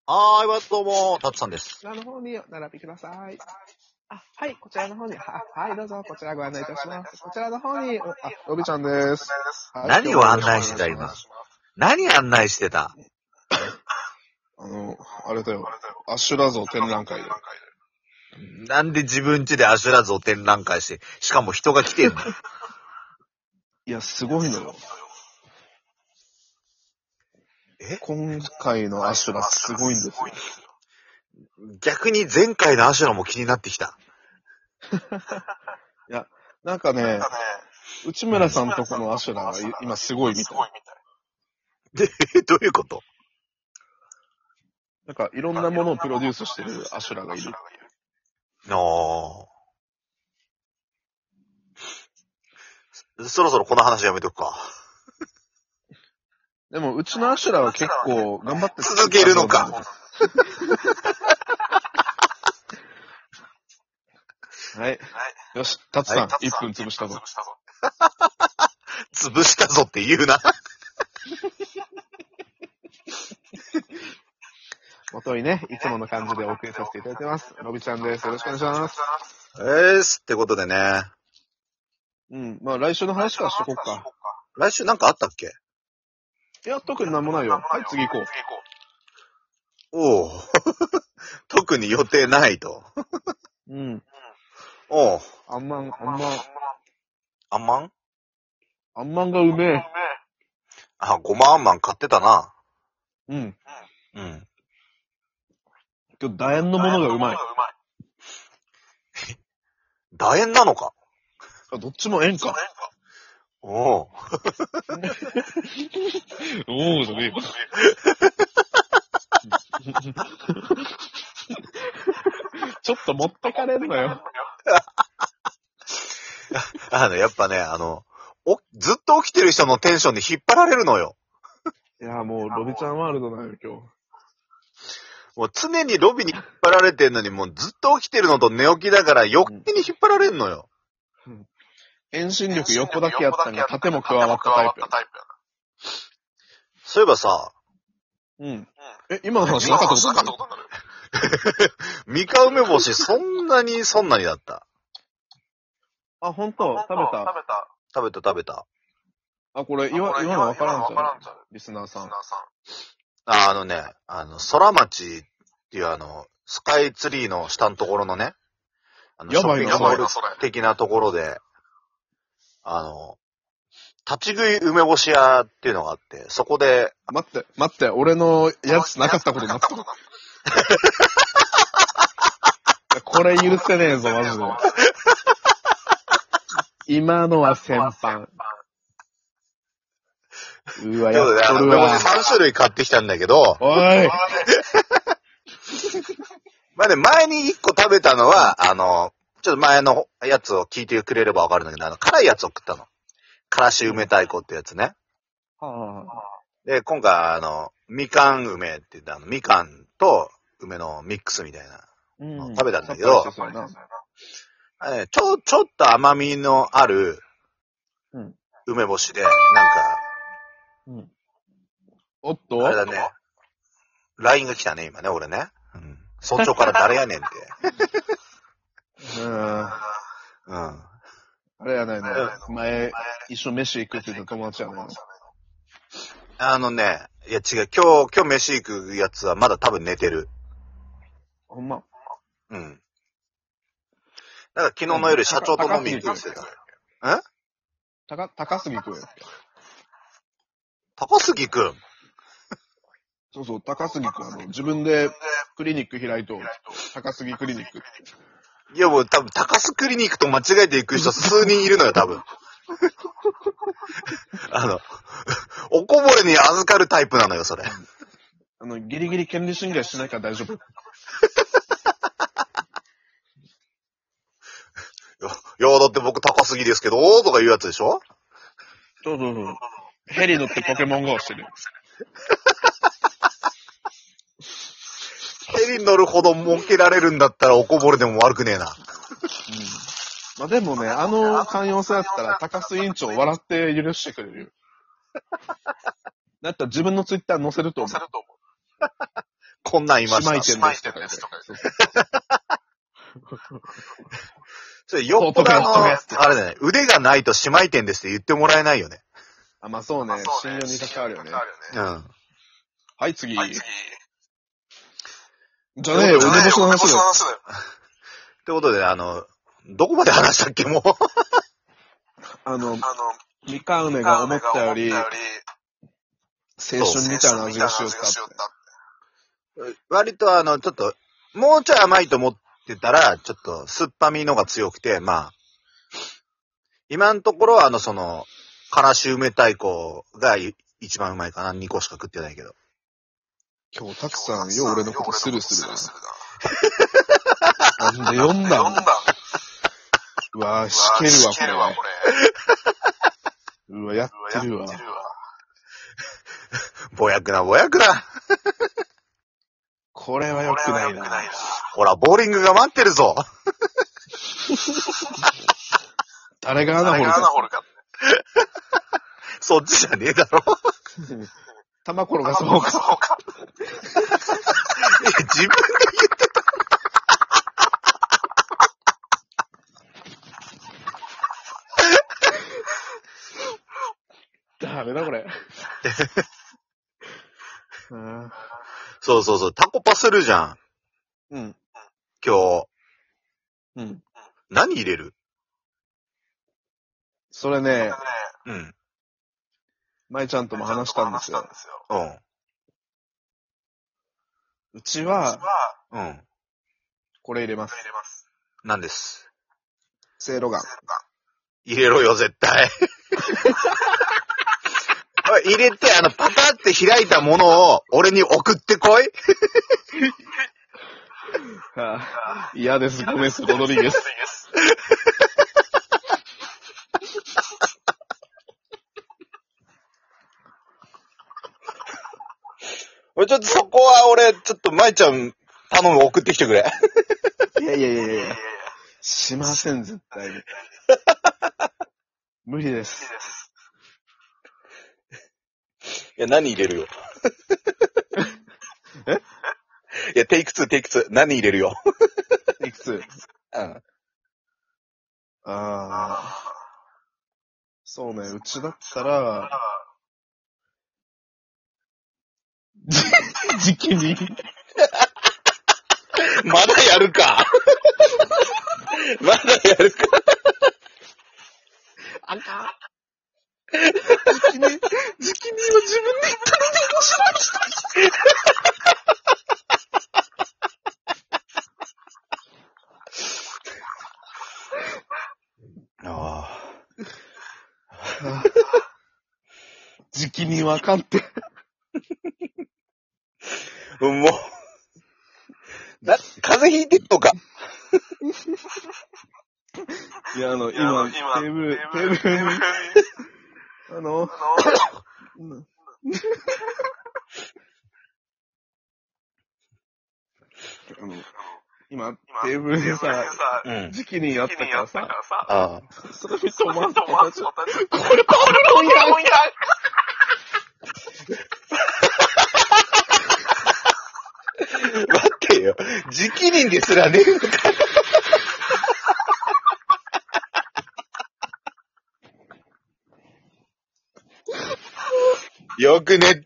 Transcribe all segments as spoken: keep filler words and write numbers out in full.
はーい、どうも、タツさんです。 こちらの方にお並びください。あ、はい、こちらの方に、は、はい、どうぞ、こちらご案内いたします。こちらの方に、お、あ、ロビちゃんです。 はい、何を案内してた、今。何案内してたあの、あれだよ、アシュラ像展覧会で。 なんで自分家でアシュラ像展覧会して、しかも人が来てんのいや、すごいのよ。 え今回のアシュラすごいんですよ。 逆に前回のアシュラも気になってきた。 いや、なんかね、内村さんとこのアシュラが今すごいみたい。 で、どういうこと？ なんかいろんなものをプロデュースしてるアシュラがいる。 ああ。そろそろこの話やめとくか。 でも、うちのアシュラは結構頑張って続けるのか。 はい。よし、タツさん、はい、いっぷん潰したぞ。 潰したぞって言うな。 もといね、いつもの感じでお送りさせていただいてます。ロビちゃんです。よろしくお願いします。 えーすってことでね。 うん。まあ来週の話からしとこうか。 来週なんかあったっけ？ いや、特になんもないよ。はい、次行こう。おう。特に予定ないと。 うん。 おう。 あんまん、あんまん。 あんまん？ あんまんがうめえ。 あ、ごまあんまん買ってたな。 うん。 うん。 今日、楕円のものがうまい。 楕円なのか？ あ、どっちも円か。 おお。 おーじゃねえよ。ちょっと持ってかれるのよ。 あの、やっぱね、あの、お、ずっと起きてる人のテンションで引っ張られるのよ。 いや、もう、ロビちゃんワールドなのよ、今日。 もう常にロビに引っ張られてんのに、もうずっと起きてるのと寝起きだから余計に引っ張られんのよ。 うん。遠心力横だけやったのに縦も加わったタイプや。 そういえばさ。 うん。え、今の話なかったことなの？ ミカ梅干しそんなにそんなにだった。 あ、ほんと？食べた？ 食べた食べた。 あ、これ、言わ、言わなわからんじゃん。リスナーさん。 あ、あのね、あの、空町っていうあの、スカイツリーの下のところのね、あの、ショッピングモール的なところで、あの、立ち食い梅干し屋っていうのがあって、そこで。 待って、待って、俺のやつなかったことになった。これ許せねえぞ、マジで。今のは先般。うわ、やっとるわ。 梅干しさん種類買ってきたんだけど。 おいまあね、前にいっこ食べたのは、あの、ちょっと前のやつを聞いてくれればわかるんだけど、あの、辛いやつを食ったの。からし梅太鼓ってやつね。 はあ、 で、今回、あの、みかん梅って言って、あの、みかんと梅のミックスみたいなのを食べたんだけど、うん、あれね、ちょ、ちょっと甘みのある梅干しで、なんか、 うん、おっとあれだね、ライン が来たね、今ね、俺ね。うん、早朝から誰やねんって。 うん。うん。あれやないの。前、一緒飯行くって言った友達やないの。 あのね、いや違う、今日、今日飯行くやつはまだ多分寝てる。 ほんま。 うん。だから昨日の夜社長と飲み行くって言ってた。え？ 高、高杉くん。 高杉くんそうそう、高杉くん。あの、自分でクリニック開いと、高杉クリニックって。 いやもう多分高須クリニックと間違えて行く人数人いるのよ、多分。あの、おこぼれに預かるタイプなのよ、それ。 あの、ギリギリ権利侵害しないから大丈夫。いや、だって僕高すぎですけど、とか言うやつでしょ？ そうそうそう。ヘリ乗ってポケモン ゴー してる。 ヘリ乗るほど儲けられるんだったらおこぼれでも悪くねえな。うん。 まあ、でもね、あの寛容さだったら高須委員長笑って許してくれるよ。だったら自分のツイッター載せると思う。 こんなんいました。 姉妹店ですとか。そうそうそれよっぽどあの、あれね、腕がないと姉妹店ですって言ってもらえないよね。 あ、まあそうね。信用に関わるよね。 うん。 はい、次。はい、次。じゃねえよ、梅干しの話だよ。 ってことで、あの、どこまで話したっけ、もう。 あの、みかん梅が思ったより、青春みたいな味がしよったって。 割とあの、ちょっと、もうちょい甘いと思ってたら、ちょっと酸っぱみのが強くて、まあ、今のところはあの、その、からし梅太鼓が一番うまいかな。にこしか食ってないけど。 今日、たくさん、よ、俺のことスルスルだな。なんで読んだんうわぁ、しけるわ、これ。うわ、やってるわ。 ぼやくな、ぼやくな。 これは良くないな。 ほら、ボーリングが待ってるぞ。 誰が穴掘るか。 そっちじゃねえだろ。 玉転がそうか。 自分で言ってた。 ダメだこれ。 そうそうそう、タコパするじゃん。うん。 今日。 うん。 何入れる？ それね、 うん。 舞ちゃんとも話したんですよ。 うん。 うちは、 うん。 これ入れます。 何です？ せいろガン。 入れろよ、絶対。入れて、あの、パタって開いたものを俺に送ってこい。 嫌です、ゴメス・ロドリゲス。 俺ちょっとそこは俺、ちょっと舞ちゃん頼む送ってきてくれ。 いやいやいやいや。しません、絶対に。無理です。 いや、何入れるよ。 えいや、テイクツー、テイクツー。何入れるよ。 テイクツー。 うん。 ああ。そうね、うちだったら、じきに。 まだやるか。まだやるか。 あかん。じきに、じきには自分で言ったのに面白い人。 ああ。 じきにわかんって。 もう、な、風邪ひいてっとか。 いや、あの、今、テーブル、テーブルに、あの、あの、今、テーブルでさ、時期にやったからさ、 ああ。 それ見て思わず、これパブロンやん待ってよ。直人ですらねえのか。よく寝って。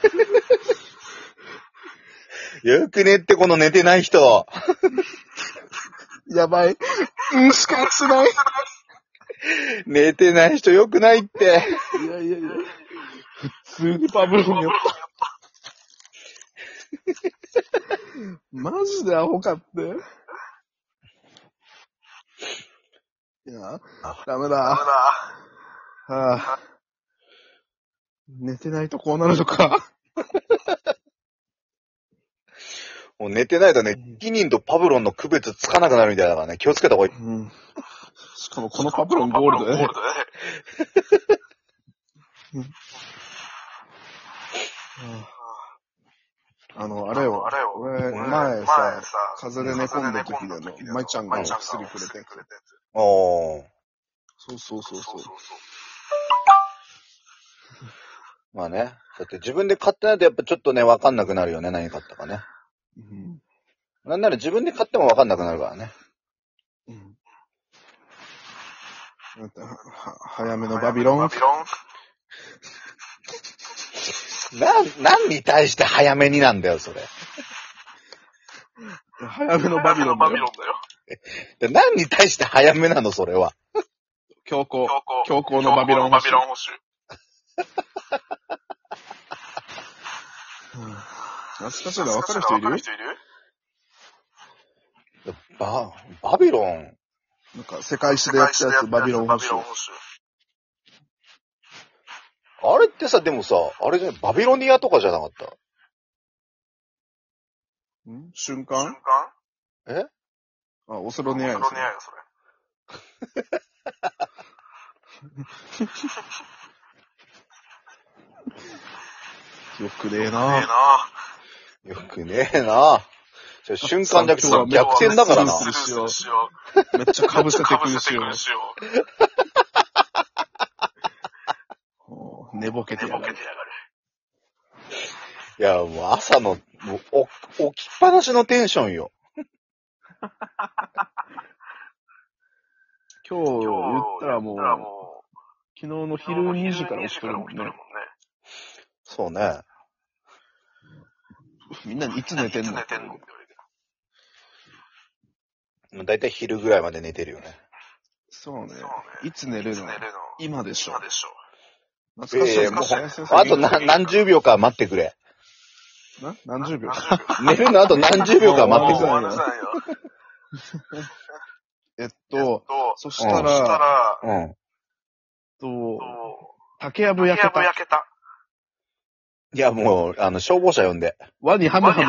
よく寝って、この寝てない人。 やばい。うんしかしない。 寝てない人よくないって。 いやいやいや。普通にパブロンやった。マジでアホかって。いや、ダメだ。ダメだ。はぁ。寝てないとこうなるのか。 もう寝てないとね、キニンとパブロンの区別つかなくなるみたいだからね、気をつけた方がいい。 うん、しかもこのパブロンゴールドね。あの、あれよ、俺、前さ、風邪で寝込んだ時での、舞ちゃんが薬くれて。 おー。 そうそうそうそう。 まあね。だって自分で買ってないとやっぱちょっとね、わかんなくなるよね、何買ったかね。 うん。 なんなら自分で買ってもわかんなくなるからね。 うん。は、早めのバビロン。バビロン。 な、何に対して早めになんだよ、それ。 早めのバビロンだよ。 で何に対して早めなの、それは。 強行。強行のバビロン保守。懐かしいな、わかる人いる？ バ、バビロン。 なんか、世界史でやったやつ、バビロン保守。 あれってさ、でもさ、あれじゃない、バビロニアとかじゃなかった？ ん？瞬間？瞬間？え？ あ、オスロネアよ、それ。よくねえなよくねえな瞬間じゃなくて逆転だからな。 めっちゃ被せてくるしよ。寝ぼけてやがる。 いや、もう朝の、もうお起きっぱなしのテンションよ。 今日言ったらもう、昨日の昼にじから起きてるもんね。 そうね。 みんなにいつ寝てんの？ だいたい昼ぐらいまで寝てるよね。 そうね。いつ寝るの？今でしょ。 懐かしい。えー、もう、あと何、何十秒か待ってくれ。 な何十秒寝るのあと何十秒か待ってくれ。 えっと、そしたら、 うん。 と、竹やぶ焼けた。 いや、もう、あの、消防車呼んで。 ワニハムハム